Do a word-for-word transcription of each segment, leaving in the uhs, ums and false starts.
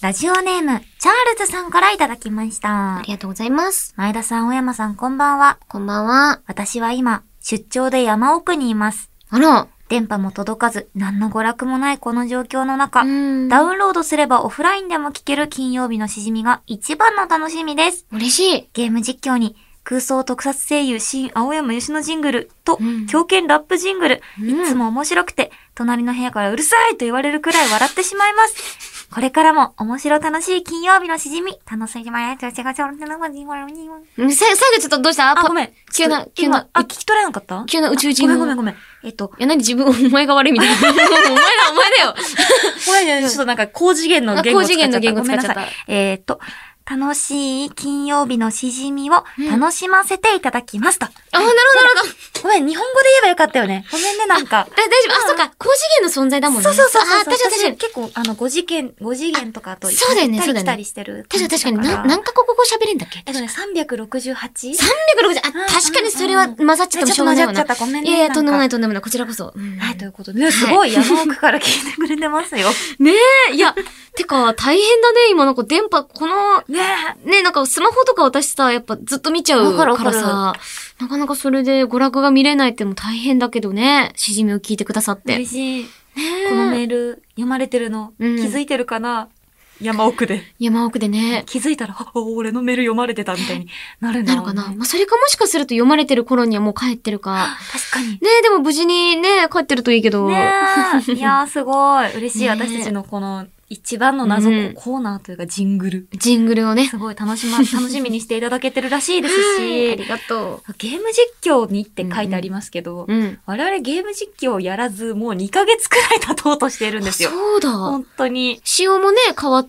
ラジオネーム、チャールズさんからいただきました。 ありがとうございます。 前田さん、小山さん、こんばんは。 こんばんは。 私は今、出張で山奥にいます。 あら。 電波も届かず、何の娯楽もないこの状況の中、 うん、 ダウンロードすればオフラインでも聞ける金曜日のしじみが一番の楽しみです。 嬉しい。 ゲーム実況に、空想特撮声優新青山吉野ジングルと、 うん、 狂犬ラップジングル、 うん、 いつも面白くて、隣の部屋からうるさいと言われるくらい笑ってしまいます。これからも面白楽しい金曜日のしじみ、楽しみまや、ちょちょちょちょ、最後ちょっとどうしたあ、ごめん。 急な、急な、 あ、聞き取れなかった急な宇宙人。 ごめんごめんごめん。えっと。 いや、何自分、お前が悪いみたいな。お前だ、お前だよ。 ごめんね、ちょっとなんか高次元の言語使っちゃった。高次元の言語使っちゃった。えっと、楽しい金曜日のしじみを楽しませていただきますと。うん、 あ、なるほど、なるほど。 ごめん、日本語で言えばよかったよね。ごめんね、なんか。 大丈夫。あ、そうか。高次元の存在だもんね。 そうそうそうそう。 あ、確かに確かに。 結構、あの、ご次元、ご次元とかと、 そうだよね、そうだよね。 来たりしてる。 確かに確かに。な、何カ国語喋れんだっけ？ えっとね、さんびゃくろくじゅうはち? さんびゃくろくじゅう、あ、確かにそれは混ざっちゃってもしょうがないわな。 ちょっと混ざっちゃった、ごめんね。 いやいや、とんでもないとんでもない。こちらこそ。 はい、ということで、すごい山奥から聞いてくれてますよ。 ねえ、いや、てか、大変だね、今なんか電波、この、 ねえ。ねえ、なんかスマホとか私さ、やっぱずっと見ちゃうからさ、なかなかそれで娯楽が見れないっても大変だけどね、しじみを聞いてくださって。 嬉しい。ねえ。このメール読まれてるの、気づいてるかな？山奥で。 山奥でね。 気づいたら、あ、俺のメール読まれてたみたいになるんだろうね。 なのかな。まあ、それかもしかすると読まれてる頃にはもう帰ってるか。 確かに。 ねえ、でも無事にね、帰ってるといいけど。 ねえ。いやー、すごい。嬉しい。私たちのこの、一番の謎コーナーというか、ジングル。 ジングルをね。 すごい楽しま、楽しみにしていただけてるらしいですし。 ありがとう。ゲーム実況にって書いてありますけど、 うんうん、 我々ゲーム実況をやらず、もうにかげつくらい経とうとしているんですよ。 そうだ。 本当に。 仕様もね、変わって、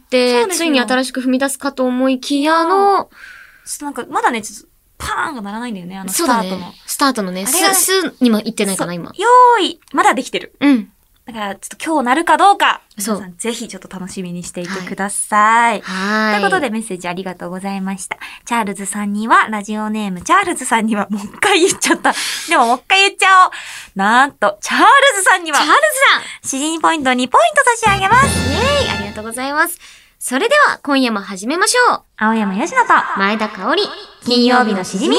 ついに新しく踏み出すかと思いきやの、 ちょっとなんか、まだね、ちょっと、パーンがならないんだよね、あの、スタートの。 ね、スタートのね、ス、スにも言ってないかな、今。 よーい、まだできてる。 うん。 だから、ちょっと今日なるかどうか、 そう。 皆さんぜひちょっと楽しみにしていてください。 はい。 ということでメッセージありがとうございました。チャールズさんには、ラジオネームチャールズさんには、もう一回言っちゃった。でももう一回言っちゃおう。なんと、チャールズさんには、 チャールズさんしじみポイントにポイント差し上げます。 イェーイ、ありがとうございます。それでは、今夜も始めましょう。 青山よしのと、 前田香織、 金曜日のしじみ。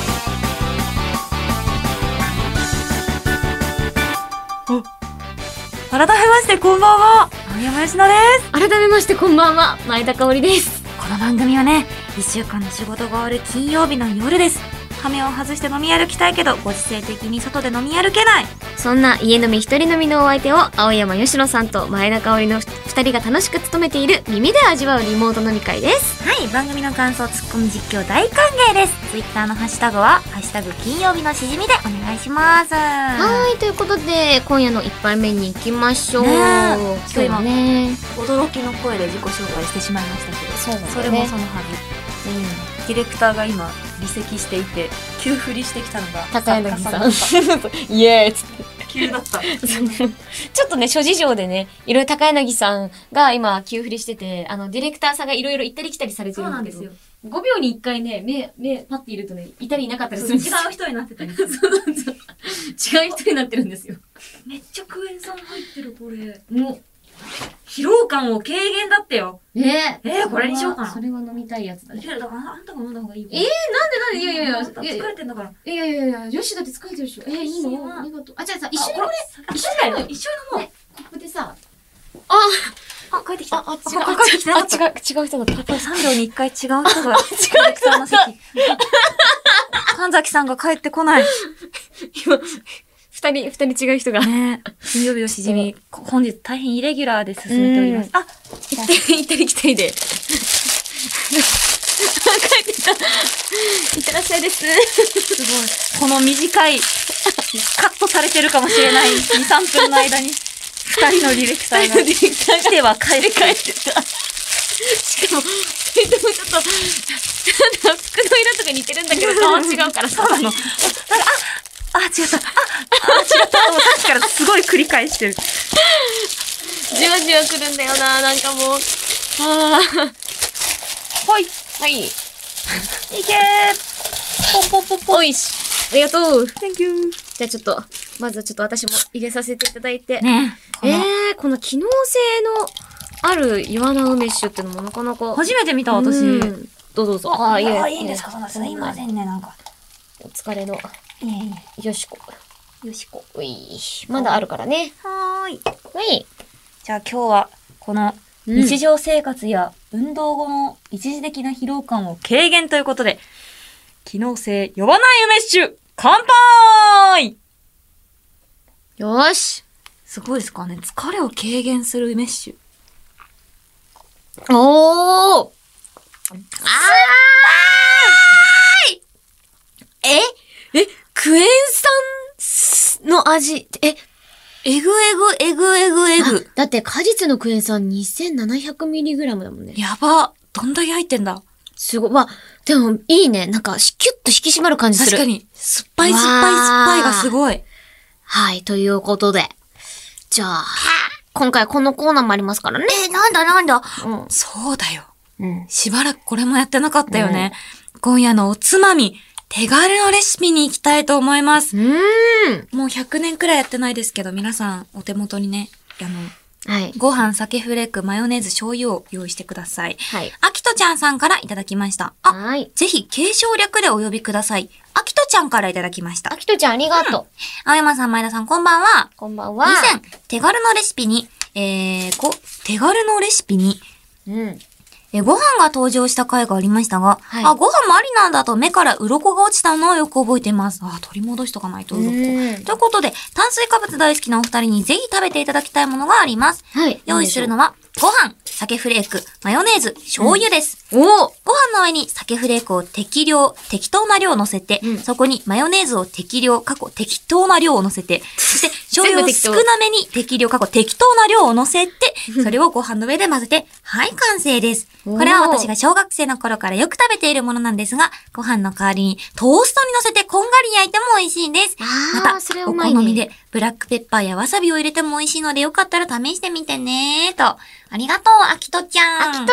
改めましてこんばんは、青山よしのです。 改めましてこんばんは、前田香織です。 この番組はね、一週間の仕事が終わる金曜日の夜です。羽目を外して飲み歩きたいけど、ご時世的に外で飲み歩けない。 そんな家飲み一人飲みのお相手を、青山よしのさんと前田香織の二人が楽しく務めている耳で味わうリモート飲み会です。 はい、番組の感想、ツッコミ実況大歓迎です。ツイッターのハッシュタグは、ハッシュタグ金曜日のしじみでお願いします。 はい、ということで、今夜の一杯目に行きましょう。ねえ、 そう今ね、 驚きの声で自己紹介してしまいましたけど、 そうだね、 それもそのはず。うん、ディレクターが今離席していて急振りしてきたのが高柳さんイエーイっつって急だったちょっとね諸事情でねいろいろ高柳さんが今急振りしててあのディレクターさんがいろいろ行ったり来たりされてるんだけど、そうなんですよ。ごびょうにいっかいね目目パッているとねいたりいなかったりするんですよ。 違う人になってたりするそうそうそう違う人になってるんですよ。 めっちゃクエン酸入ってるこれ。もう疲労感を軽減だってよ。 えー、 えー、これにしようかな。 それは飲みたいやつだね。 いや、だからあんたが飲んだ方がいいよ。 えー、なんでなんでいやいやいや。 疲れてんだから。 いやいやいや、よしだって疲れてるでしょ。えー、いいのありがとう。あ、じゃあさ、一緒にこれ、 一緒に飲もう。一緒に飲もう。 コップでさ、 ああ、帰ってきた。 あ、違う、 帰ってきた。 あ、違う、違う人だった。 これさんびょうにいっかい違う人が、違う人の席。神崎さんが帰ってこない。 今、二人、二人違う人が。 ねえ。金曜日のしじみ、本日大変イレギュラーで進めております。あ、 行ったり、行ったり来たりで。帰ってきた。いってらっしゃいです。 すごい。この短い、カットされてるかもしれないに、さんぷんの間に、二人のディレクターが、来ては帰って帰ってた。 しかも、二人ともちょっと、服の色とか似てるんだけど、顔違うからさ。 そうなの。なんか、あ、あ、違った。あ、あ、違った。もうさっきからすごい繰り返してる。 じわじわくるんだよな、なんかもう。ああ。 ほい。 はい。 いけー。ポンポンポンポン。 おいし。ありがとう。 Thank you。 じゃあちょっと、まずはちょっと私も入れさせていただいて。 ねえ。えー、この機能性のある岩菜梅酒ってのもなかなか。 初めて見た、私。 うん。どうぞどうぞ。 ああ、いや、いいんですか、そんな、すいませんね、なんか。 お疲れの。 いえいえ。 よしこ。よしこ。うい。まだあるからね。 はーい。 うい。 じゃあ今日は、この、日常生活や運動後の一時的な疲労感を軽減ということで、機能性呼ばない梅酒、乾杯よーし。 すごいですかね。疲れを軽減する梅酒。 おーあーええクエン酸の味、え、 えぐえぐ、えぐえぐえぐ。 だって果実のクエン酸 にせんななひゃくミリグラム だもんね。 やば。どんだけ入ってんだ。 すごい。まあ、でもいいね。なんか、キュッと引き締まる感じする。 確かに。酸っぱい酸っぱい酸っぱいがすごい。 はい、ということで。じゃあ、今回このコーナーもありますからね。 え、なんだなんだ。 うん。 そうだよ。 うん。 しばらくこれもやってなかったよね。うん、今夜のおつまみ、手軽のレシピに行きたいと思います。 うーん。 もうひゃくねんくらいやってないですけど、皆さんお手元にね、あの、 はい。 ご飯、酒フレーク、マヨネーズ、醤油を用意してください。 はい。 あきとちゃんさんからいただきました。あ、 はい。 ぜひ、継承略でお呼びください。あきとちゃんからいただきました。 あきとちゃんありがとう。うん、 青山さん、前田さん、こんばんは。 こんばんは。 以前、手軽のレシピに、えー、こ、手軽のレシピに、 うん。 え、ご飯が登場した回がありましたが、はい、あ、ご飯もありなんだと目から鱗が落ちたのをよく覚えています。あ、取り戻しとかないと鱗。ということで、炭水化物大好きなお二人にぜひ食べていただきたいものがあります。 はい。 用意するのは、ご飯、酒フレーク、マヨネーズ、醤油です。 うん、おご飯の上に酒フレークを適量、適当な量乗せて、うん、そこにマヨネーズを適量、過去適当な量を乗せて、そして醤油を少なめに適量、過去適当な量を乗せて、それをご飯の上で混ぜて、はい、完成です。これは私が小学生の頃からよく食べているものなんですが、ご飯の代わりにトーストに乗せてこんがり焼いても美味しいです。また、それお好みでブラックペッパーやわさびを入れても美味しいのでよかったら試してみてねと。ありがとう、あきとちゃん。 あきとちゃん、ありがとう。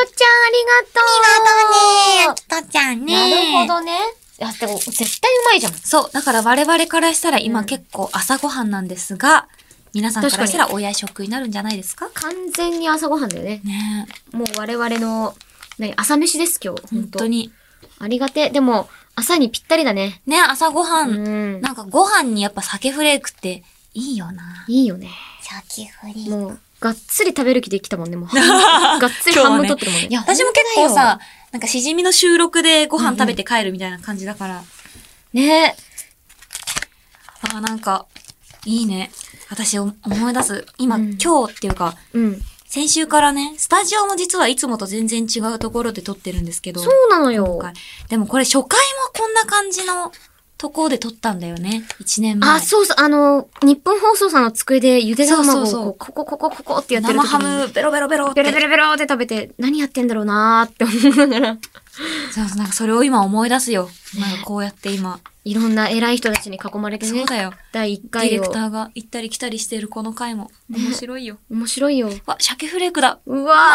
ありがとうね、あきとちゃんね。 なるほどね。いや、でも絶対うまいじゃん。 そう。だから我々からしたら今結構朝ごはんなんですが、うん、皆さんからしたらお夜食になるんじゃないですか？ 完全に朝ごはんだよね。 ねもう我々の、何、朝飯です今日。 本当に。 ありがて。でも、朝にぴったりだね。 ね、朝ごはん。 うん、 なんかご飯にやっぱ酒フレークっていいよな。 いいよね。 酒フレーク。 もう、がっつり食べる気で来たもんね、もう。がっつり半分取ってるもんね。 いや、私も結構さ、なんかしじみの収録でご飯食べて帰るみたいな感じだから。 うん、ねあーなんか、いいね。私思い出す。今、うん、今日っていうか、 うん。 先週からね、スタジオも実はいつもと全然違うところで撮ってるんですけど。 そうなのよ。 でもこれ初回もこんな感じのところで撮ったんだよね。一年前。 あ、そうそう。あの、日本放送さんの机でゆで卵をこうここここここってやってる時に生ハムベロベロベロって。 ベロベロベロって食べて何やってんだろうなーって思いながら。 そうそう、なんかそれを今思い出すよ。なんかこうやって今。 いろんな偉い人たちに囲まれてね。 そうだよ。 だいいっかいを。 ディレクターが行ったり来たりしてるこの回も。面白いよ。 面白いよ。 わ、鮭フレークだ。 うわー。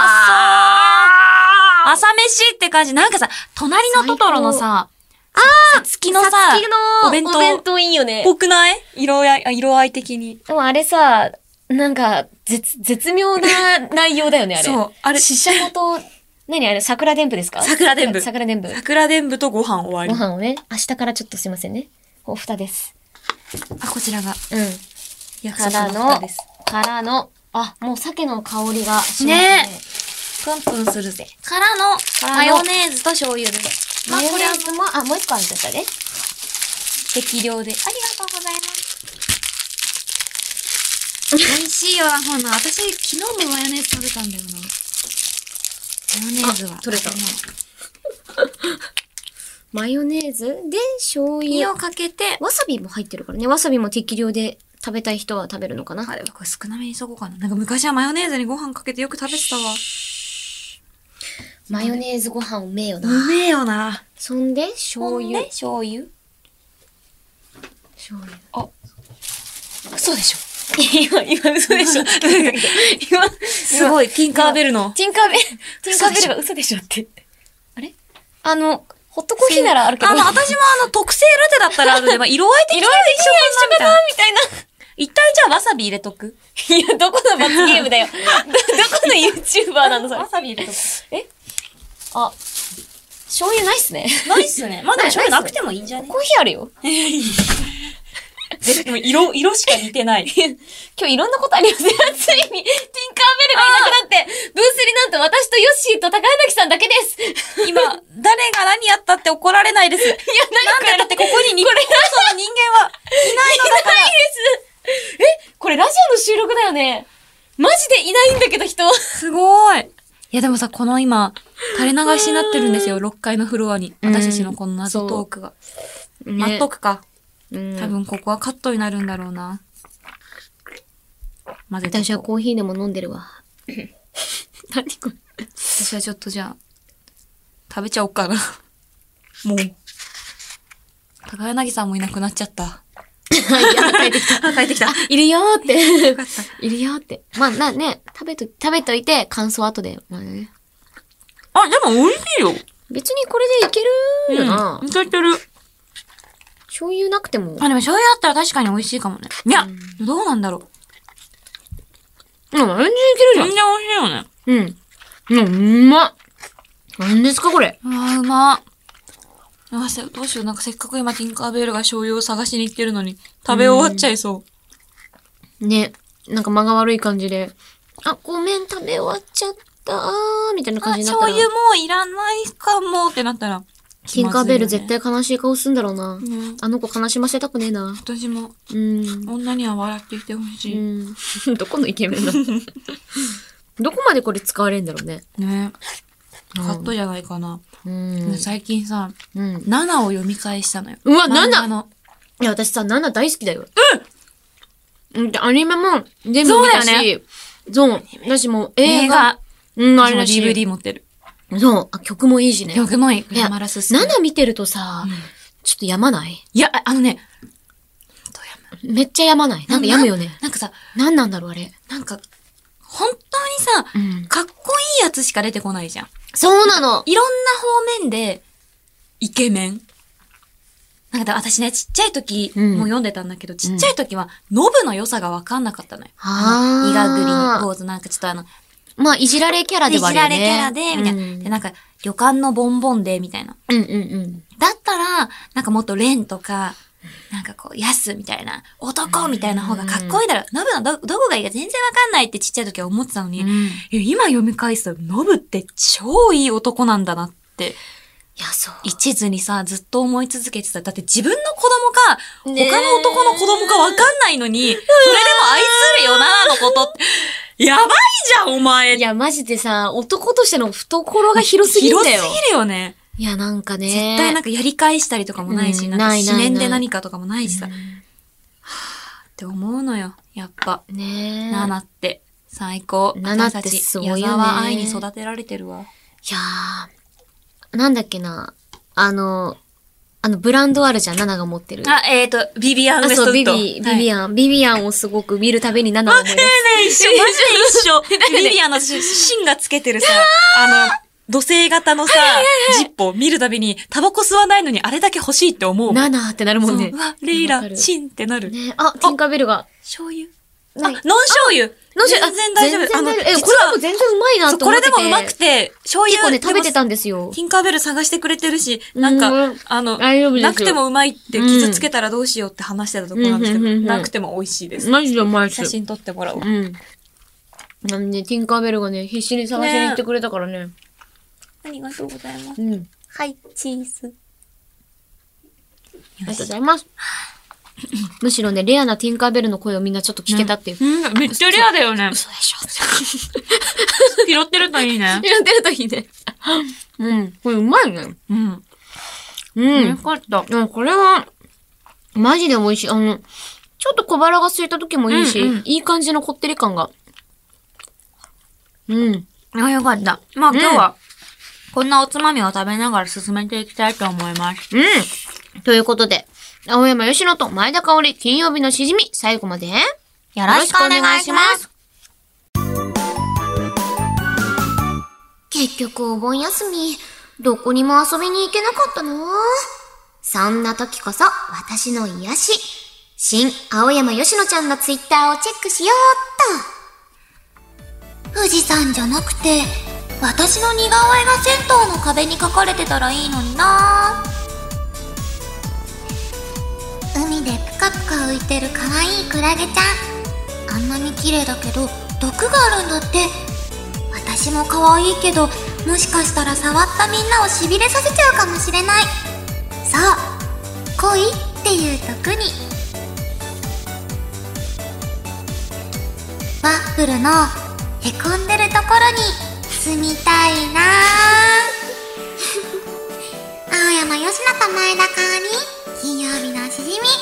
朝飯って感じ。なんかさ、隣のトトロのさ、 あーさつきのさ、 さつきのお弁当。 お弁当いいよね。 ぽくない？色合い、色合い的に。 でもあれさ、なんか、絶、絶妙な内容だよね、あれ。 そう。あれ、 ししゃもと、何あれ、桜でんぶですか？ 桜でんぶ。 桜でんぶ。 桜でんぶとご飯終わり。 ご飯をね、明日からちょっとすいませんね。お蓋です。 あ、こちらが。 うん。 約束の蓋です。 からの、あ、もう鮭の香りがしますね。ねプンプンするぜ。からの、マヨネーズと醤油です。 マヨネーズも、あ、もう一個あるんだったね。 適量で。ありがとうございます。美味しいよな、ほんな。私、昨日もマヨネーズ食べたんだよな。マヨネーズは。 取れた。マヨネーズで醤油。 火をかけて。 わさびも入ってるからね。わさびも適量で食べたい人は食べるのかな。 あれ、これ少なめにしとこうかな。なんか昔はマヨネーズにご飯かけてよく食べてたわ。 マヨネーズご飯うめえよな。 うめえよな。 そんで、醤油。 醤油醤油。 あ、嘘でしょ。 今、今嘘でしょ。 今、すごい、ティンカーベルの。 ティンカーベル、ティンカーベルが嘘でしょって。あれあの、ホットコーヒーならあるけど。 あの、私もあの、特製ラテだったらあるで、まあ、色合い的には一緒かなみたいな。 一体じゃあわさび入れとく？ いや、どこの罰ゲームだよ。ど、どこの YouTuber なのそれ。 わさび入れとく。 えあ、醤油ないっすね。 ないっすね。まあでも醤油なくてもいいんじゃね？ コーヒーあるよ。 でも色、色しか似てない。 今日いろんなことありますよ。ついに、ティンカーベルがいなくなって、ブースになんと私とヨッシーと高柳さんだけです。 今、誰が何やったって怒られないです。いや、なんでだってここに日本放送の人間はいないのだから。いないです。え、これラジオの収録だよね。マジでいないんだけど人。 すごい。いやでもさ、この今、垂れ流しになってるんですよ。ろっかいのフロアに。私たちのこの謎トークが。待っとくか。多分ここはカットになるんだろうな。混ぜて。 私はコーヒーでも飲んでるわ。何これ。 私はちょっとじゃあ、食べちゃおうかな。もう。高柳さんもいなくなっちゃった。 帰ってきた。 帰ってきた。 いるよーって。 よかった。 いるよーって。まあ、な、ね、食べと、食べといて、感想後で。まあね。 あ、でも美味しいよ。 別にこれでいけるよな。 うん、いけてる。 醤油なくても。 あ、でも醤油あったら確かに美味しいかもね。いや、うん、どうなんだろう。 うん、全然いけるじゃん。 全然美味しいよね。 うん。うん、うまっ。何ですかこれ。 あー、うまっ。あ、どうしよう。なんかせっかく今ティンカーベルが醤油を探しに行ってるのに、食べ終わっちゃいそう。 ね。なんか間が悪い感じで。あ、ごめん、食べ終わっちゃったー、みたいな感じになったら。 醤油もういらないかもってなったら。 ティンカーベル絶対悲しい顔すんだろうな。 ね、 あの子悲しませたくねえな。 私も。 うん。 女には笑ってきてほしい。 うん。どこのイケメンだどこまでこれ使われるんだろうね。 ね。カットじゃないかな。 うん。 最近さ、 うん。 ナナを読み返したのよ。 うわ、ナナの。いや、私さ、ナナ大好きだよ。うん。アニメも全部見たし。そうだよね。そう。私も映画。うん、あれだし。 ディーブイディー 持ってる。 そう。曲もいいしね。 曲もいい。いや、ナナ見てるとさ、うん、ちょっとやまない？ いや、あのね、 めっちゃやまない。なんかやむよね。 なんかさ、 なんなんだろうあれ。 なんか、本当にさ、うん、かっこいいやつしか出てこないじゃん。 そうなの。 いろんな方面で、イケメン。なんか私ね、ちっちゃい時も読んでたんだけど、うん、ちっちゃい時は、ノブの良さがわかんなかったのよ。あの、イガグリポーズなんかちょっとあの、 まあ、いじられキャラではあるよね。 いじられキャラで、みたいな、うん。で、なんか、旅館のボンボンで、みたいな。 うんうんうん。 だったら、なんかもっとレンとか、なんかこう、ヤスみたいな、男みたいな方がかっこいいだろ。ノブのど、どこがいいか全然わかんないってちっちゃい時は思ってたのに、うん、今読み返すと、ノブって超いい男なんだなって。 いや、そう。 一途にさ、ずっと思い続けてた。だって自分の子供か、他の男の子供かわかんないのに、それでも愛するよな、のことって。やばいじゃん、お前。 いや、マジでさ、男としての懐が広すぎるんだよ。 広すぎるよね。 いや、なんかね。 絶対なんかやり返したりとかもないし、うん、なんか思念で何かとかもないしさ。 うん、 はぁって思うのよ、やっぱ。 ねえ。 ナナって、最高。 ナナってすごいよね。 矢沢愛に育てられてるわ。 いやー、なんだっけな。あの、あの、ブランドあるじゃん、ナナが持ってる。 あ、えっ、ー、と、ビビアン・ウエストウッド。 そう、ビビ、ビビアン、はい、ビビアンをすごく見るたびにナナを思い出す。 ねえねえ、一緒、マジで一緒。ビビアンのシンがつけてるさ、あの、土星型のさ、ジッポを見るたびに、タバコ吸わないのにあれだけ欲しいって思う。 ナナってなるもんね。 うわ、レイラ、シンってなる。 ねあ、ティンカーベルが。 醤油あ、ノン醤油ノン醤油全然大丈夫。あの、 え、これでも全然うまいなと思ってて。 これでもうまくて、醤油結構ね、食べてたんですよ。 ティンカーベル探してくれてるし、なんか、あの、なくてもうまいって傷つけたらどうしようって話してたところなんですけど、なくても美味しいです。 マジでうまいです。 写真撮ってもらおう。 うん。なんで、ティンカーベルがね、必死に探しに行ってくれたからね。 ありがとうございます。 うん。 はい、チーズ。 ありがとうございます。むしろね、レアなティンカーベルの声をみんなちょっと聞けたっていう。 うん、めっちゃレアだよね。 嘘でしょ。 拾ってるといいね。 拾ってるといいね。うん。これうまいね。 うん。 うん。 よかった。 うん、これは、マジで美味しい。あの、ちょっと小腹が空いた時もいいし、うんうん、いい感じのこってり感が。うん。 あ、よかった。まあ、うん、今日は、こんなおつまみを食べながら進めていきたいと思います。 うん。ということで、青山吉野と前田香織金曜日のしじみ、最後までよろしくお願いします。 結局お盆休み、どこにも遊びに行けなかったな。そんな時こそ私の癒し、 新青山よしのちゃんのツイッターをチェックしようっと。富士山じゃなくて、私の似顔絵が銭湯の壁に描かれてたらいいのにな。海でぷかぷか浮いてる可愛いクラゲちゃん。あんなに綺麗だけど、毒があるんだって。私も可愛いけど、もしかしたら触ったみんなをしびれさせちゃうかもしれない。そう、恋っていう毒に。ワッフルのへこんでるところに住みたいな。青山よしのと前田香織、金曜日のしじみ。は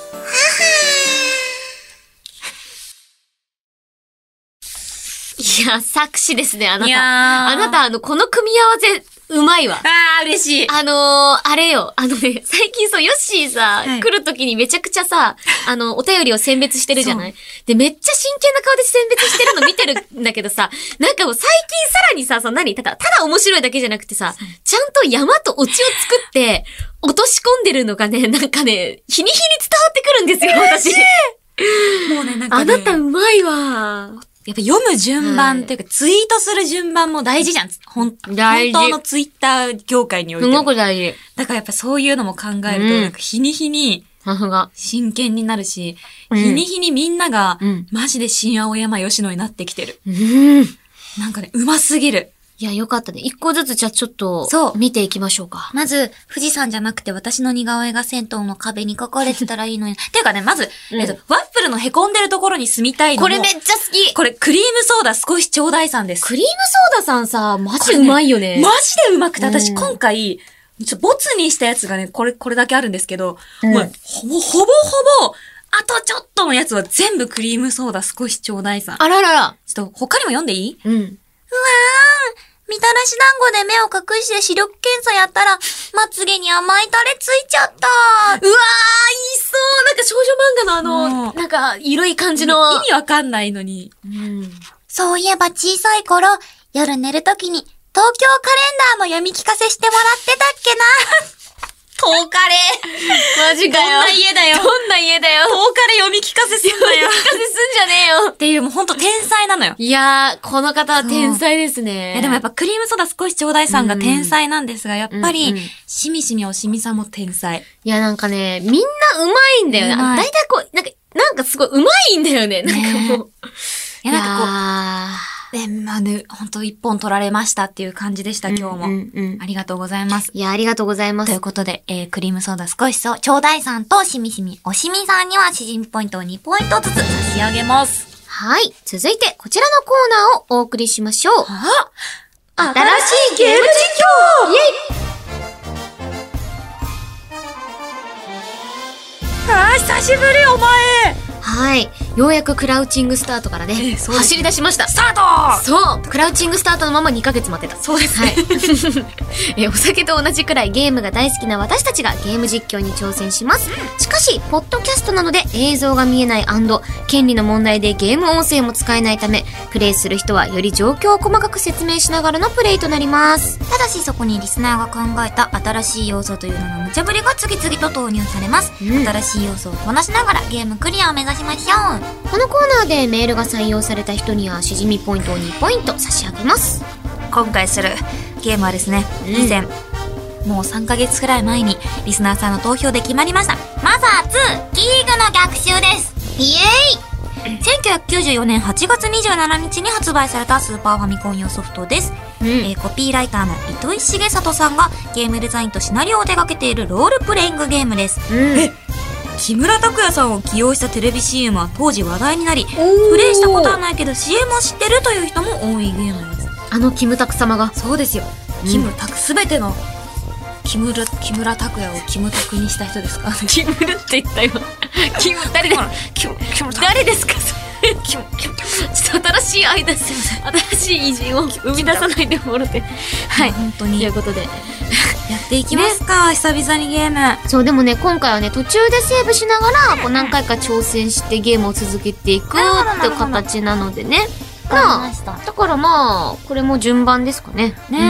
う。いや、作詞ですね、あなた。 いやーあなた、あの、この組み合わせ、うまいわ。 あー、嬉しい。 あのー、あれよ、あのね、最近そう、ヨッシーさ、 はい来るときにめちゃくちゃさ、あの、お便りを選別してるじゃないで、めっちゃ真剣な顔で選別してるの見てるんだけどさ、なんかもう最近さらにさ、さ、何ただ、ただ面白いだけじゃなくてさ、ちゃんと山とオチを作って、落とし込んでるのがね、なんかね、日に日に伝わってくるんですよ、私。 もうね、なんかね、 あなたうまいわ。 やっぱ読む順番っていうか、ツイートする順番も大事じゃん。ほん大事本当のツイッター業界においても。 すごく大事。 だからやっぱそういうのも考えると、 うんなんか日に日にさすが。 真剣になるし、 うん日に日にみんなが、 うんマジで新青山吉野になってきてる。 うん。 なんかね、うますぎる。 いや、よかったね。一個ずつじゃあちょっと、 そう見ていきましょうか。 まず、富士山じゃなくて私の似顔絵が銭湯の壁に描かれてたらいいのに。ていうかね、まず、 うんえっと、ワッフルの凹んでるところに住みたいのもこれめっちゃ好き。 これ、クリームソーダ少しちょうだいさんです。 クリームソーダさんさ、マジうまいよね。 マジでうまくて、私うん今回、ちょ、ボツにしたやつがね、これ、これだけあるんですけど、 うんもう、ほぼ、ほぼほぼ、あとちょっとのやつは全部クリームソーダ少しちょうだいさん。 あららら。 ちょっと、他にも読んでいい？ うん。 うわー、みたらし団子で目を隠して視力検査やったら、まつげに甘いタレついちゃった。 うわー、いいそう。なんか少女漫画のあの、 うんなんか、色い感じの。 意味わかんないのに。 うん。 そういえば小さい頃、夜寝るときに、東京カレンダーの読み聞かせしてもらってたっけな。東カレマジかよ。 どんな家だよ。 どんな家だよ。 東カレ読み聞かせすんなよ。 聞かせすんじゃねえよ。 っていう、もうほんと天才なのよ。 いやー、この方は天才ですね。 いやでもやっぱクリームソーダ少しちょうだいさんが天才なんですが、やっぱり、 うんうんしみしみおしみさんも天才。 いや、なんかね、みんなうまいんだよね。 うまいだいたいこう、なんか、なんかすごい上手いんだよね。なんかもう。 いや、なんかこう、 かで、まあね、ほんと一本取られましたっていう感じでした、今日も。 うんうんうんありがとうございます。 いや、ありがとうございまというす。 ことで、えー、クリームソーダ少しそう、ちょうだいさんとしみしみおしみさんにはしじみポイントをにポイントずつ差し上げます。 はい。続いて、こちらのコーナーをお送りしましょう。 あ新しいゲーム実況イェイあー、久しぶりお前はい。ようやくクラウチングスタートからね、 えそうです走り出しました。 スタートそうクラウチングスタートのままにかげつ待ってた。 そうですはね。 い。え、お酒と同じくらいゲームが大好きな私たちがゲーム実況に挑戦します。しかし、ポッドキャストなので映像が見えない&権利の問題でゲーム音声も使えないため、プレイする人はより状況を細かく説明しながらのプレイとなります。 ただしそこにリスナーが考えた新しい要素というのの無茶ぶりが次々と投入されます。 うん新しい要素をこなしながらゲームクリアを目指しましょう。 このコーナーでメールが採用された人にはしじみポイントをにポイント差し上げます。 今回するゲームはですね、 うん以前、もうさんかげつくらい前にリスナーさんの投票で決まりました。マザーツー、ギーグの逆襲です。イエーイせんきゅうひゃくきゅうじゅうよねんはちがつにじゅうしちにちに発売されたスーパーファミコン用ソフトです。 うん。 えーコピーライターの糸井重里さんがゲームデザインとシナリオを手掛けているロールプレイングゲームです。 うん。 木村拓哉さんを起用したテレビ シーエム は当時話題になり、 おープレイしたことはないけど シーエム を知ってるという人も多いゲームです。 あのキムタク様が。 そうですよ。 うんキムタク、すべての木村、木村拓哉をキムタクにした人ですか？ キムルって言った今。キム、誰で、 キム、キムタク。 誰ですかそれ。 キム、キム、 ちょっと新しい間、すいません。新しい偉人を生み出さないでもろて。はい。と本当に。やいうことで。 っていきますか、久々にゲーム。 そう、でもね、今回はね、途中でセーブしながら、こう何回か挑戦してゲームを続けていくなるほどっていう形なのでね。 わかりまあ、 ました。 だからまあ、これも順番ですかね。 ね、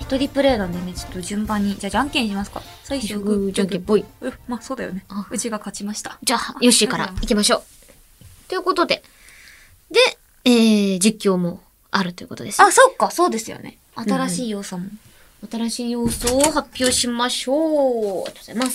一人プレイなんでね、ちょっと順番に。じゃあ、じゃんけんしますか。最初、グー、 じゃんけんぽい。 う、まあ、そうだよね。うちが勝ちました。 じゃあ、ヨッシーから行きましょう。ということで。で、えー、実況もあるということです。 あ、そっか、そうですよね。新しい要素も。 うん、新しい要素を発表しましょう。ありがとうございます。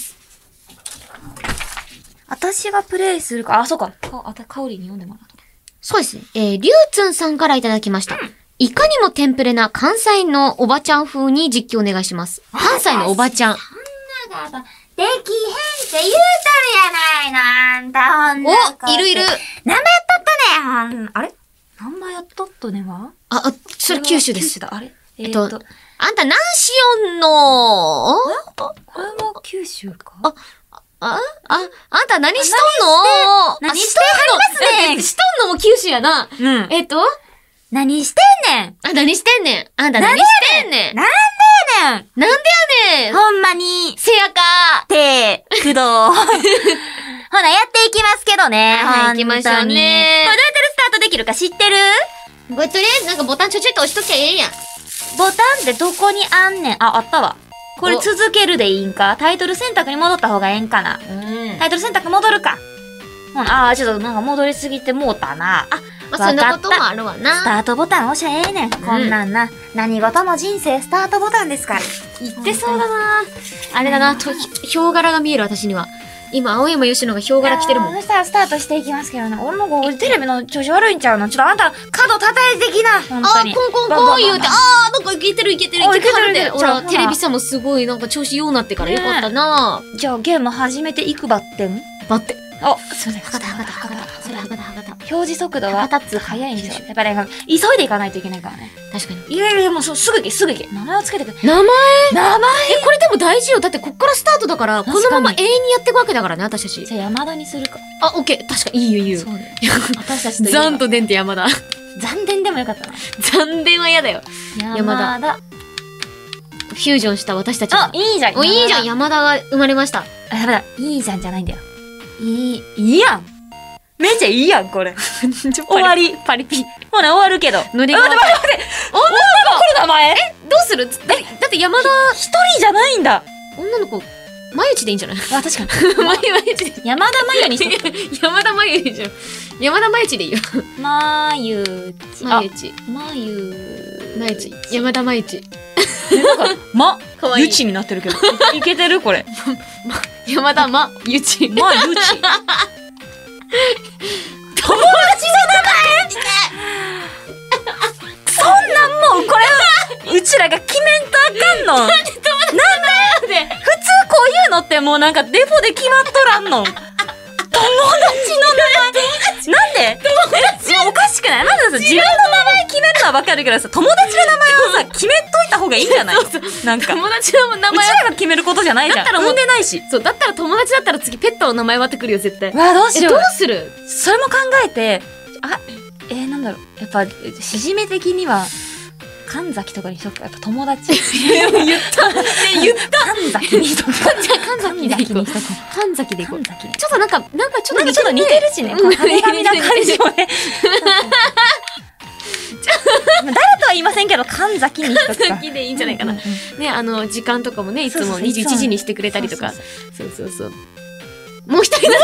私がプレイするか、あ、そうか。か、あた、かおりに読んでもらうと。 そうですね。えー、りゅうつんさんからいただきました。うん、いかにもテンプレな関西のおばちゃん風に実況お願いします。関西のおばちゃん。そんなが、 できへんって言うとるやないの、あんた、ほんお、いるいる。 何倍やっとったねん、あれ何倍やっとっとねはあ、あ、それ九州です。 九州だ、あれえっと、あんた何しよんのこれも九州かあ、あ、あ、あんた何しとんの何してはりますねしとんのも九州やな。 うん。 えっと何してんねんあ、何してんねんあんた何してんねんなんでやねんなんでやねんほんまにせやかて、くどほな、やっていきますけどね。 はい、行きましょうね。 これどうやったらスタートできるか知ってるこれとりあえずなんかボタンちょちょっと押しときゃええやん。 ボタンってどこにあんねんあ、あったわ。これ続けるでいいんかタイトル選択に戻った方がええんかなうん。タイトル選択戻るか。ほな、あー、ちょっとなんか戻りすぎてもうたな。あ、 まあ、そんなこともあるわな。 スタートボタン押しゃええねん。こんなんな。何事も人生スタートボタンですから。 言ってそうだな。あれだな、と、ヒョウ柄が見える私には。今、青山吉野がヒョウ柄着てるもん。 そしたらスタートしていきますけどな。俺の子、テレビの調子悪いんちゃうのちょっとあんた、角叩いてきな。本当に。 あー、コンコンコン言うて、あー、なんかいけてるいけてるいけてるで。ほら、テレビさんもすごいなんか調子ようなってからよかったな。 じゃあ、ゲーム始めていくばってん待って。 あ、すいません。 博多、博多、博多。それ博多、博多。 表示速度は、早いんですよ。やっぱり、急いでいかないといけないからね。 確かに。 いやいや、もうすぐ行け、すぐ行け。名前をつけてくれ。 名前名前え、これでも大事よ。だってこっからスタートだから、このまま永遠にやっていくわけだからね、私たち。 じゃあ山田にするか。 あ、オッケー。確かに、いいよいいよ。 そうだよ。私たちと残と伝って山田。 残伝でもよかったな。 残伝は嫌だよ。 山田。 フュージョンした私たちが。 あ、いいじゃん。 お、いいじゃん。山田が生まれました。 あ、やばい。いいじゃんじゃないんだよ。いい、いいやん。めっちゃいいやん、これ。終わり。 パリピ。 ほな、終わるけど。 ノリが。待って待って待って。 女の子の名前え、どうするえ、だって山田。 一人じゃないんだ。 女の子、まゆちでいいんじゃないあ、確かに。 まゆ、まゆちで。 山田まゆにしとく。 山田まゆでいいじゃん。山田まゆちでいいよ。 まゆち。 まゆち。 まゆ。 まゆち。山田まゆち。 なんか、ま、ゆちになってるけど。いけてるこれ。 山田ま、ゆち。 ま、ゆち。友達の名前そんなんもうこれ、うちらが決めんとあかんのなんで友達の名前で普通こういうのってもうなんかデフォで決まっとらんの友達の名前なんで友達おかしくないまずさ、自分の名前決めるのはわかるけどさ、友達の名前をさ、決めといた方がいいんじゃないのなんか。 友達の名前うちらが決めることじゃないじゃん。だったら産んでないし。 そう、だったら友達だったら次ペットの名前割ってくるよ、絶対。 わあ、どうしよう。 どうするそれも考えて、あ、えー、なんだろう。やっぱ、しじめ的には、神崎とかにしとくか。やっぱ友達。 言った。ね、言った。 神崎にしとくか。 じゃあ神崎でいこう。神崎でいこう。ちょっとなんか、なんかちょっと似てるしね。 こう派手髪な感じもね。誰とは言いませんけど、神崎にしとくか。 神崎でいいんじゃないかな。ね、あの、時間とかもね、いつもにじゅういちじにしてくれたりとか。そうそうそう。もう一人だ。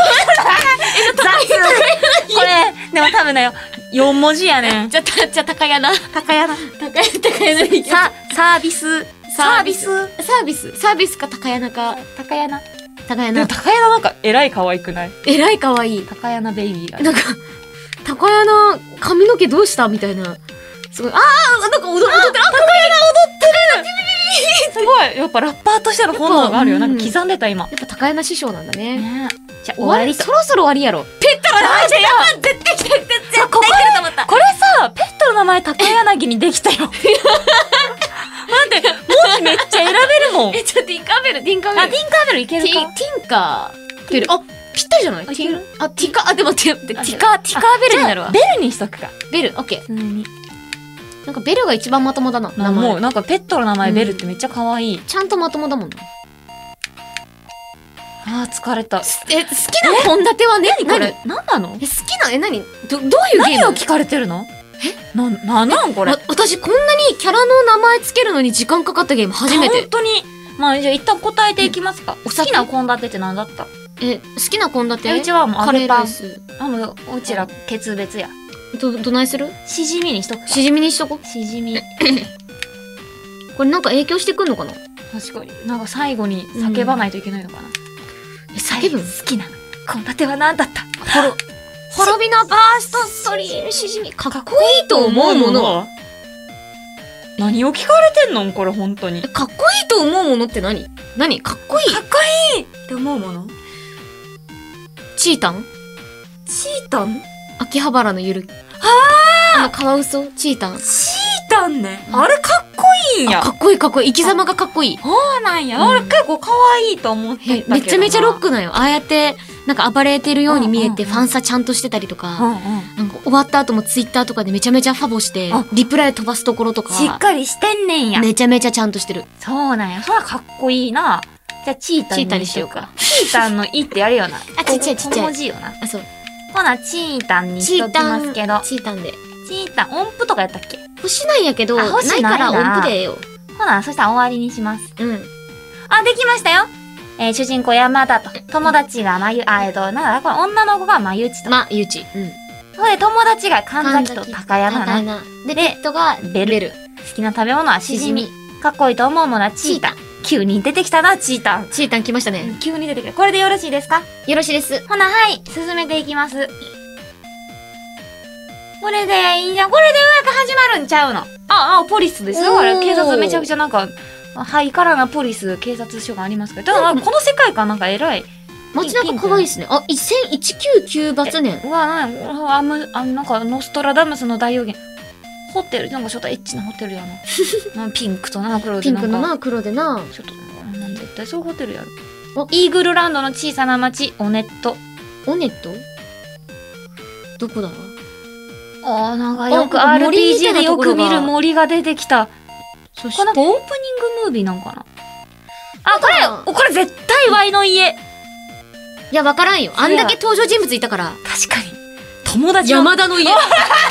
これ、でも多分だよ。よん文字やねん。 じゃ、た、じゃ、高柳。 高柳。 高柳、高柳でいきさ、サービス。サービス。 サービス。サービスか高柳か。 高柳。 高柳。 高柳なんか、えらい可愛くないえらい可愛い。 高柳ベイビーが。 なんか、高柳、髪の毛どうしたみたいな。すごい。あー、なんか踊ってる。あ、高柳踊ってるすごい。やっぱラッパーとしての本能があるよ。なんか刻んでた今。 やっぱ高柳師匠なんだね。 ねじゃあ終わり、そろそろ終わりやろ。ペットの名前でよ絶対来てる絶対来ると思った。 これさ、ペットの名前高柳にできたよ。待って、文字めっちゃ選べるもん。 え、ちょっとティンカーベル、ティンカーベル。 あ、ティンカーベルいけるか。 ティンカーベル。あ、ぴったりじゃないいけるあ、ティカ、あ、でも待って、ティカ、ティカーベルになるわ。 ベルにしとくか。 ベル、オッケー。 普通に。 なんかベルが一番まともだな。 名前。もうなんかペットの名前ベルってめっちゃ可愛い。 ちゃんとまともだもんな。 あー疲れた。 え、好きな献立はねこれ。 何なのえ、好きな、え、何ど、どういうゲーム何を聞かれてるのえな、なんなんこれ。 私こんなにキャラの名前つけるのに時間かかったゲーム初めて。 本当に。まあじゃあ一旦答えていきますか。好きな献立って何だった？ え、好きな献立？ うちはもうカレーライス。 あ、もううちら決別や。 ど、どないする？ しじみにしとく。 しじみにしとこ。 しじみ。 これなんか影響してくんのかな？ 確かに。なんか最後に叫ばないといけないのかな。 え、叫ぶ？ 好きな献立は何だった？ ほろ、滅びのバーストストリームしじみ。かっこいいと思うもの。 何を聞かれてんのこれ本当に。 かっこいいと思うものって何？何？かっこいい？ かっこいいって思うもの？ チータン？ チータン？ 秋葉原のゆる。ああの、カワウソチータン。 チータンね。あれかっこいいんや。 かっこいいかっこいい。生き様がかっこいい。 そうなんや。あれ結構可愛いと思ってたけどな。 めちゃめちゃロックなんよ。ああやって、なんか暴れてるように見えて、ファンサちゃんとしてたりとか、 うんうん、 なんか終わった後もツイッターとかでめちゃめちゃファボして、リプライ飛ばすところとか。 しっかりしてんねんや。 めちゃめちゃちゃんとしてる。 そうなんや。そらかっこいいな。じゃあチータンに。 チータンにしようか。 チータンのいってやるよな。 あ、ちっちゃいちっちゃい。 文字よな。 あ、そう。 ほな、チータンにしときますけど。 チータンで。 チータン、音符とかやったっけ？ 星なんやけど、ないから音符でええよ。 ほな、そしたら終わりにします。 うん。 あ、できましたよ。えー、主人公山田と、友達がまゆ、あ、えっと、なんだ、これ女の子がまゆちと。 まゆち。うん。 それで友達が神崎と高山な。 な。で、ペットがベル。ベル。 好きな食べ物はしじみ。かっこいいと思うものはチータン。急に出てきたな、チータン。 チータン来ましたね。 急に出てきた。これでよろしいですか？ よろしいです。 ほな、はい。進めていきます。これでいいじゃん。これでようやく始まるんちゃうの。あ、あ、ポリスですよ。あれ、警察めちゃくちゃなんか、ハイカラなポリス、警察署がありますけど、ただこの世界観なんか偉い。 街中可愛いですね。あ、せんせんひゃくきゅうじゅうきゅうバツ年。 うわ、なに、あ、む、あ、なんか、ノストラダムスの大予言。ホテル、なんかちょっとエッチなホテルやな。ピンクとな、黒でピンクのな、黒でな。 ちょっと、なん絶対そういうホテルやる。イーグルランドの小さな町、オネット。 オネット？どこだ？ あー、なんかよく アールピージー でよく見る森が出てきた。 そしてこのオープニングムービーなんかなあ、これ、これ絶対ワイの家。 いや、わからんよ。あんだけ登場人物いたから。 確かに。友達山田の家。山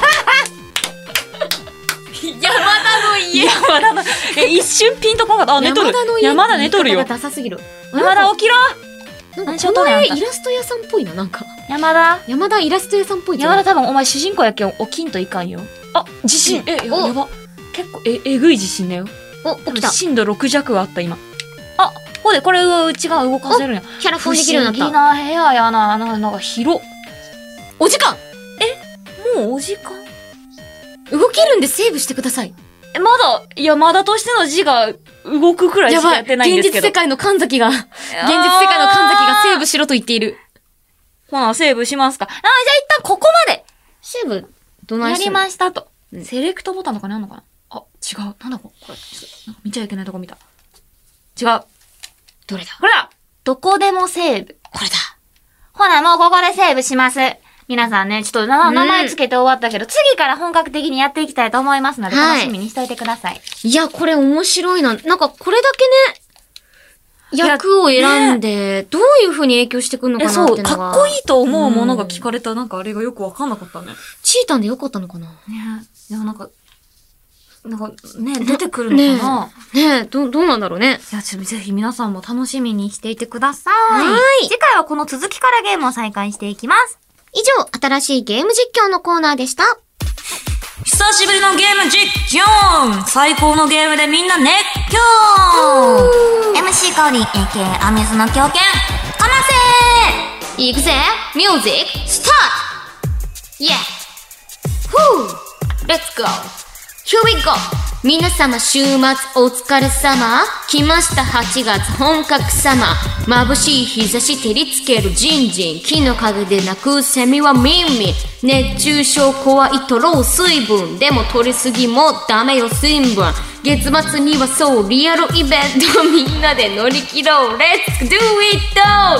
田の家。 山田の、え、一瞬ピンとこなかった。あ、寝とる。 山田の家。 山田寝とるよ。 ダサすぎる。 山田起きろ。 なんかこの絵イラスト屋さんっぽいな、なんか。 山田山田イラスト屋さんっぽいじゃん。 山田多分お前主人公やけん起きんといかんよ。あ、地震。え、やば。結構、え、えぐい地震だよ。 お、起きた。 震度ろく弱はあった、今。あ、ほんで、これを内側動かせるんや。 キャラコンできるようになった。 不思議な部屋やな。なんか、なんか広。 お時間え、もうお時間？ 動けるんでセーブしてください。 え、まだ、いや、まだとしての字が動くくらいしかやってないんですけど。 現実世界の神崎が、現実世界の神崎がセーブしろと言っている。 ほな、セーブしますか。あ、じゃあ一旦ここまでセーブ、どないやりましたと。 うん、 セレクトボタンとかにあるのかなあ、違う。なんだこれ。これ、なんか見ちゃいけないとこ見た。違う。 どれだほらどこでもセーブ。 これだ。 ほな、もうここでセーブします。皆さんね、ちょっと名前つけて終わったけど、うん、次から本格的にやっていきたいと思いますので、楽しみにしておいてください。 いや、これ面白いな。なんかこれだけね、役を選んで、どういう風に影響してくるのかなっていうのが。 そう、かっこいいと思うものが聞かれた、なんかあれがよくわかんなかったね。 チータンでよかったのかなねえ。いや、なんか、なんかね、出てくるのかなねえ、ねえ、ど、どうなんだろうね。 いや、ちょ、ぜひ皆さんも楽しみにしていてください。 はい。 次回はこの続きからゲームを再開していきます。 以上、新しいゲーム実況のコーナーでした。 久しぶりのゲーム実況最高のゲームでみんな熱狂 !エムシー カオリン エーケー アミューズの狂犬、かませーいくぜミュージック、スタートイェーふぅレッツゴー Here we go! 皆様週末お疲れ様来ましたはちがつ本格サマー眩しい日差し照りつけるジンジン木の陰で鳴くセミはミンミン熱中症怖いとろう水分でも取りすぎもダメよ新聞月末にはそうリアルイベントみんなで乗り切ろう Let's do it!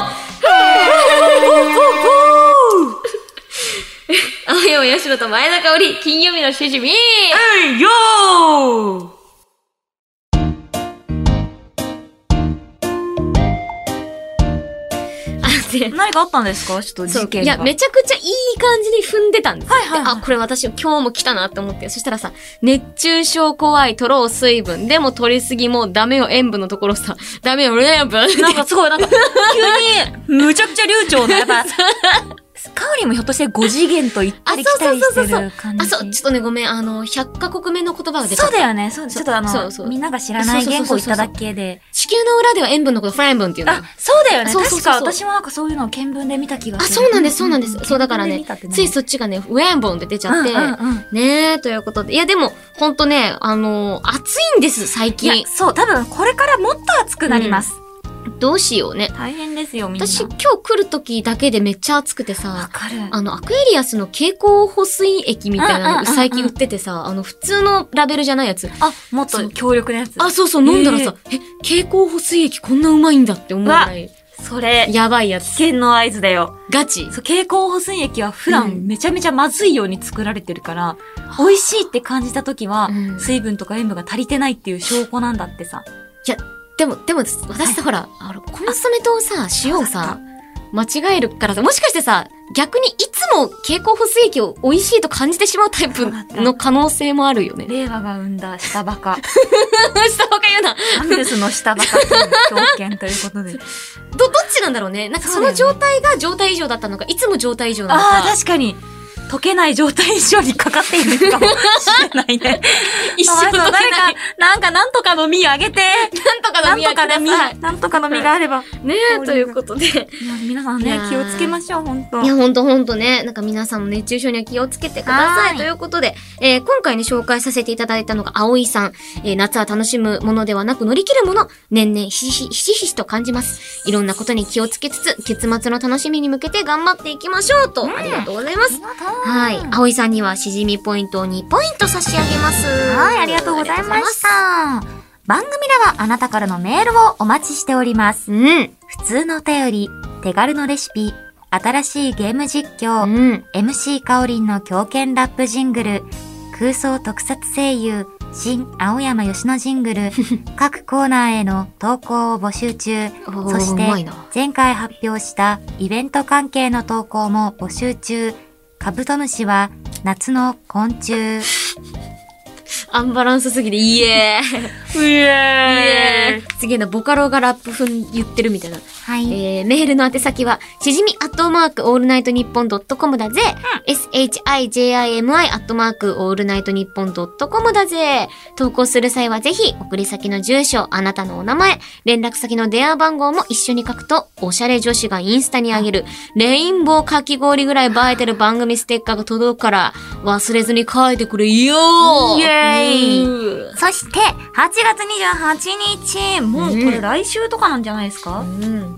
青山よしのと前田香織金曜日のしじみえいよーあ、 て。 何かあったんですか？ちょっと事件が。 いや、めちゃくちゃいい感じに踏んでたんですよ。 はいはいはい、 あ、これ私今日も来たなって思って。そしたらさ、熱中症怖い、取ろう水分。でも取りすぎもダメよ塩分のところさ、ダメよ塩分。 なんかすごい、なんか、急に、むちゃくちゃ流暢な、やっぱ、カオリンもひょっとしてご次元と言ったり来たりしてる感じ。 あ、そう、ちょっとね、ごめん、あの、ひゃっカ国目の言葉が出た。 そうだよね、そう、ちょっとあの、そうそうみんなが知らない言語言っただけで。 地球の裏では塩分のことフライブンっていうの。 あ、そうだよね。そうそうそう確か私もなんかそういうのを見聞で見た気がする。 あ、そうなんです、そうなんです。そうだからね、ついそっちがね、ウェンボンって出ちゃって、うんうんうん、ねえ、ということで。いや、でも、ほんとね、あの、暑いんです、最近。いや、 そう、多分これからもっと暑くなります。 うんどうしようね。 大変ですよ、みんな。 私今日来る時だけでめっちゃ暑くてさ、 わかる。 あの、アクエリアスの蛍光補水液みたいなの最近売っててさ、あの、普通のラベルじゃないやつ。 あ、もっと強力なやつ。 あ、そうそう、飲んだらさ、えー、蛍光補水液こんなうまいんだって思うぐらい。 それ、 やばいやつ。 危険の合図だよ。 ガチ。 そう、蛍光補水液は普段めちゃめちゃまずいように作られてるから、うん、美味しいって感じた時は、うん、水分とか塩分が足りてないっていう証拠なんだってさ。 いや、でも、でも、私さ、ほら、あの、コンソメとさ、塩をさ、間違えるからさ、もしかしてさ、逆にいつも蛍光補水液を美味しいと感じてしまうタイプの可能性もあるよね。 令和が生んだ下バカ。 下バカ言うな。 アンデスの下バカという狂犬ということで。 ど、どっちなんだろうね。なんかその状態が状態以上だったのか、いつも状態以上なのか。 ああ、確かに。溶けない状態以上にかかっているかもしれないね。 一生溶けない。 誰か、なんかなんとかの実あげて。 なんとかの実あげて。 なんとかの実があれば。 ねえ、ということで。いや、 皆さんね、気をつけましょう、ほんと。 いや、ほんとほんとね。なんか皆さんも熱中症には気をつけてください。ということで、えー、今回ね、紹介させていただいたのが、葵さん。えー、夏は楽しむものではなく乗り切るもの。年々ひしひしひしと感じます。いろんなことに気をつけつつ、結末の楽しみに向けて頑張っていきましょうと。ありがとうございます。はい。葵さんにはしじみポイントをにポイント差し上げます。 はい、ありがとうございました。番組ではあなたからのメールをお待ちしております。 うん。 普通のお便り、手軽のレシピ、新しいゲーム実況、うん、エムシー かおりんの狂犬ラップジングル、空想特撮声優、新青山吉野ジングル、各コーナーへの投稿を募集中。そして、前回発表したイベント関係の投稿も募集中。カブトムシは夏の昆虫。 アンバランスすぎてイエーイ。イエーイ。次のボカロがラップ風に言ってるみたいな。 はい。 えー、メールの宛先は、しじみアットマークオールナイトニッポンドットコムだぜ。うん、エスエイチアイジェイアイエムアイ アットマークオールナイトニッポンドットコムだぜ。投稿する際はぜひ、送り先の住所、あなたのお名前、連絡先の電話番号も一緒に書くと、おしゃれ女子がインスタにあげる、レインボーかき氷ぐらい映えてる番組ステッカーが届くから、忘れずに書いてくれよー。 イエーイ。そして、はちがつにじゅうはちにち、もうこれ来週とかなんじゃないですか？うん。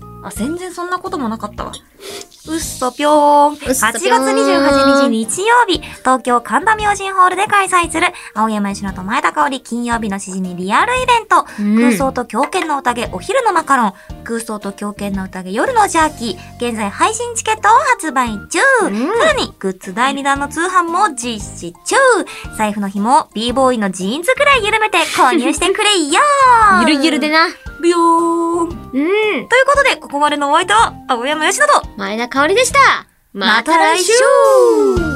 あ、全然そんなこともなかったわ。うっそぴょーん。はちがつにじゅうはちにち日曜日、東京神田明神ホールで開催する、青山吉野と前田香織金曜日のしじみリアルイベント、うん、空想と狂犬の宴お昼のマカロン、空想と狂犬の宴夜のジャーキー、現在配信チケットを発売中、うん、さらにグッズだいにだんの通販も実施中、財布の紐を b ボーイのジーンズくらい緩めて購入してくれよー。 ゆるゆるでな。 びよーん。うん。ということで、ここまでのお相手は、青山吉野と、 前田香織でした。 また来週